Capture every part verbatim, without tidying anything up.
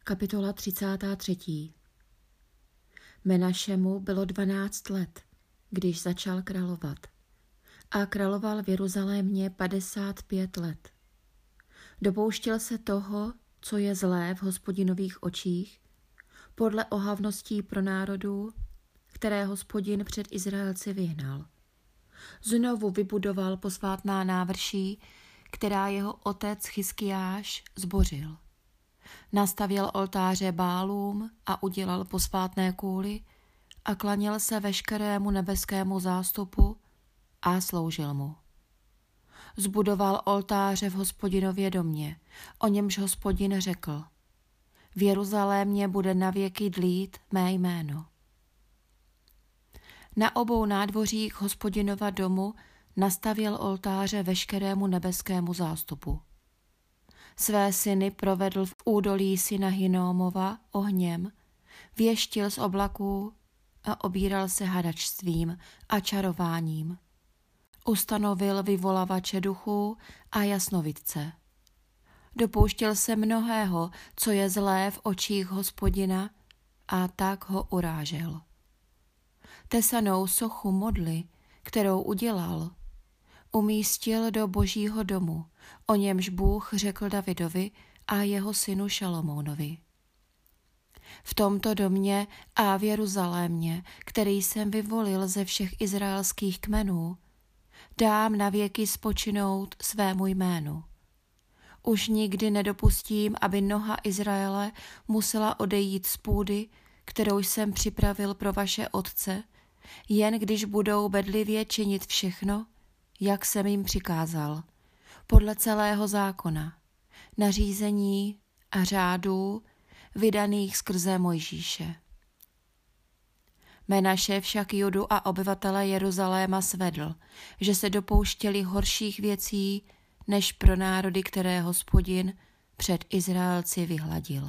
Kapitola třicátá třetí. Menašemu bylo dvanáct let, když začal královat, a královal v Jeruzalémě padesát pět let. Dopouštěl se toho, co je zlé v Hospodinových očích, podle ohavností pro národů, které Hospodin před Izraelci vyhnal. Znovu vybudoval posvátná návrší, která jeho otec Chiskiáš zbořil. Nastavil oltáře Bálům a udělal posvátné kůly a klaněl se veškerému nebeskému zástupu a sloužil mu. Zbudoval oltáře v Hospodinově domě, o němž Hospodin řekl: v Jeruzalémě bude navěky dlít mé jméno. Na obou nádvořích Hospodinova domu nastavil oltáře veškerému nebeskému zástupu. Své syny provedl v údolí syna Hinnomova ohněm, věštil z oblaků a obíral se hadačstvím a čarováním. Ustanovil vyvolavače duchů a jasnovidce. Dopouštěl se mnohého, co je zlé v očích Hospodina, a tak ho urážel. Tesanou sochu modly, kterou udělal, umístil do Božího domu, o němž Bůh řekl Davidovi a jeho synu Šalomounovi: v tomto domě a v Jeruzalémě, který jsem vyvolil ze všech izraelských kmenů, dám navěky spočinout svému jménu. Už nikdy nedopustím, aby noha Izraele musela odejít z půdy, kterou jsem připravil pro vaše otce, jen když budou bedlivě činit všechno, jak jsem jim přikázal, podle celého zákona, nařízení a řádů vydaných skrze Mojžíše. Menaše však Judu a obyvatele Jeruzaléma svedl, že se dopouštěli horších věcí, než pro národy, které Hospodin před Izraelci vyhladil.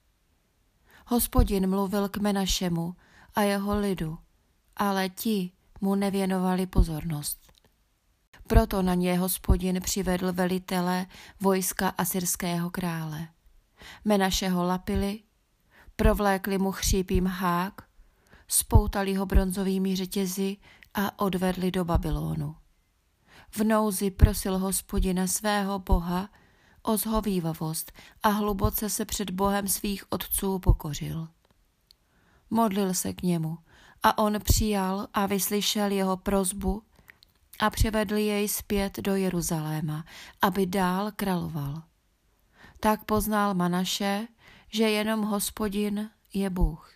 Hospodin mluvil k Menašemu a jeho lidu, ale ti mu nevěnovali pozornost. Proto na ně Hospodin přivedl velitele vojska asyrského krále. Menaše ho lapili, provlékli mu chřípým hák, spoutali ho bronzovými řetězy a odvedli do Babylonu. V nouzi prosil Hospodina svého Boha o zhovívavost a hluboce se před Bohem svých otců pokořil. Modlil se k němu a on přijal a vyslyšel jeho prosbu a přivedl jej zpět do Jeruzaléma, aby dál královal. Tak poznal Manaše, že jenom Hospodin je Bůh.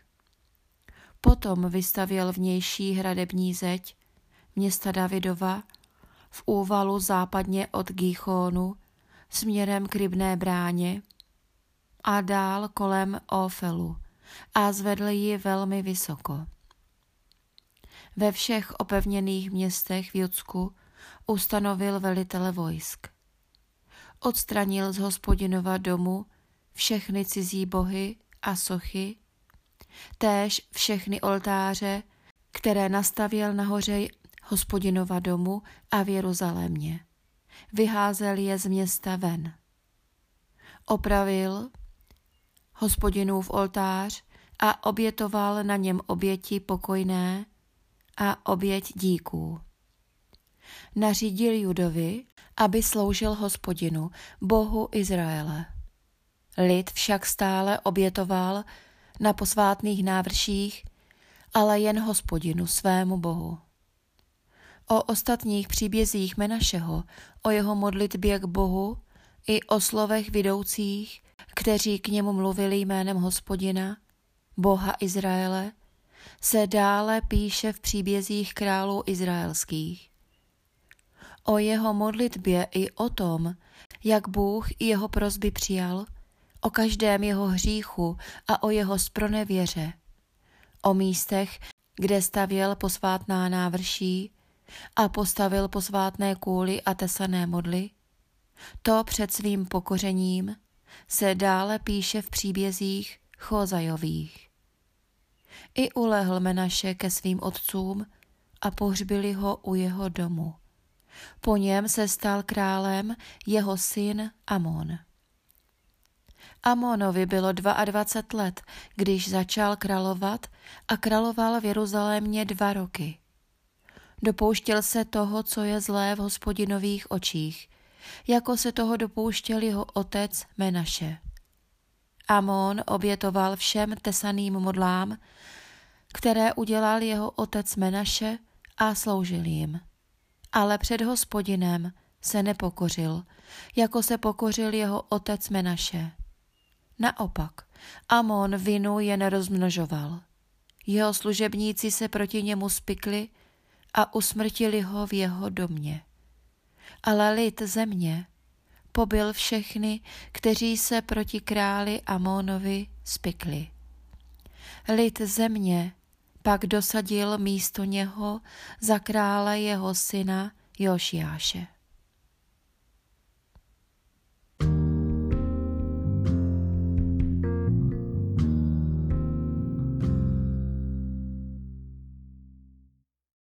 Potom vystavěl vnější hradební zeď města Davidova v úvalu západně od Gíchónu směrem k rybné bráně a dál kolem Ófelu a zvedl ji velmi vysoko. Ve všech opevněných městech v Judsku ustanovil velitele vojsk. Odstranil z Hospodinova domu všechny cizí bohy a sochy, též všechny oltáře, které nastavěl nahoře Hospodinova domu a v Jeruzalémě. Vyházel je z města ven. Opravil Hospodinův oltář a obětoval na něm oběti pokojné a oběť díků. Nařídil Judovi, aby sloužil Hospodinu, Bohu Izraele. Lid však stále obětoval na posvátných návrších, ale jen Hospodinu, svému Bohu. O ostatních příbězích Menašeho, o jeho modlitbě k Bohu i o slovech vidoucích, kteří k němu mluvili jménem Hospodina, Boha Izraele, se dále píše v příbězích králů izraelských. O jeho modlitbě i o tom, jak Bůh i jeho prosby přijal, o každém jeho hříchu a o jeho zpronevěře, o místech, kde stavěl posvátná návrší a postavil posvátné kůly a tesané modly, to před svým pokořením se dále píše v příbězích Chozajových. I ulehl Menaše ke svým otcům a pohřbili ho u jeho domu. Po něm se stal králem jeho syn Amon. Amonovi bylo dvacet dva let, když začal královat a královal v Jeruzalémě dva roky. Dopouštěl se toho, co je zlé v Hospodinových očích, jako se toho dopouštěl jeho otec Menaše. Amon obětoval všem tesaným modlám, které udělal jeho otec Menaše, a sloužil jim. Ale před Hospodinem se nepokořil, jako se pokořil jeho otec Menaše. Naopak, Amon vinu jen rozmnožoval. Jeho služebníci se proti němu spikli a usmrtili ho v jeho domě. Ale lid země pobil všechny, kteří se proti králi Amonovi spikli. Lid země pak dosadil místo něho za krále jeho syna Jošiáše.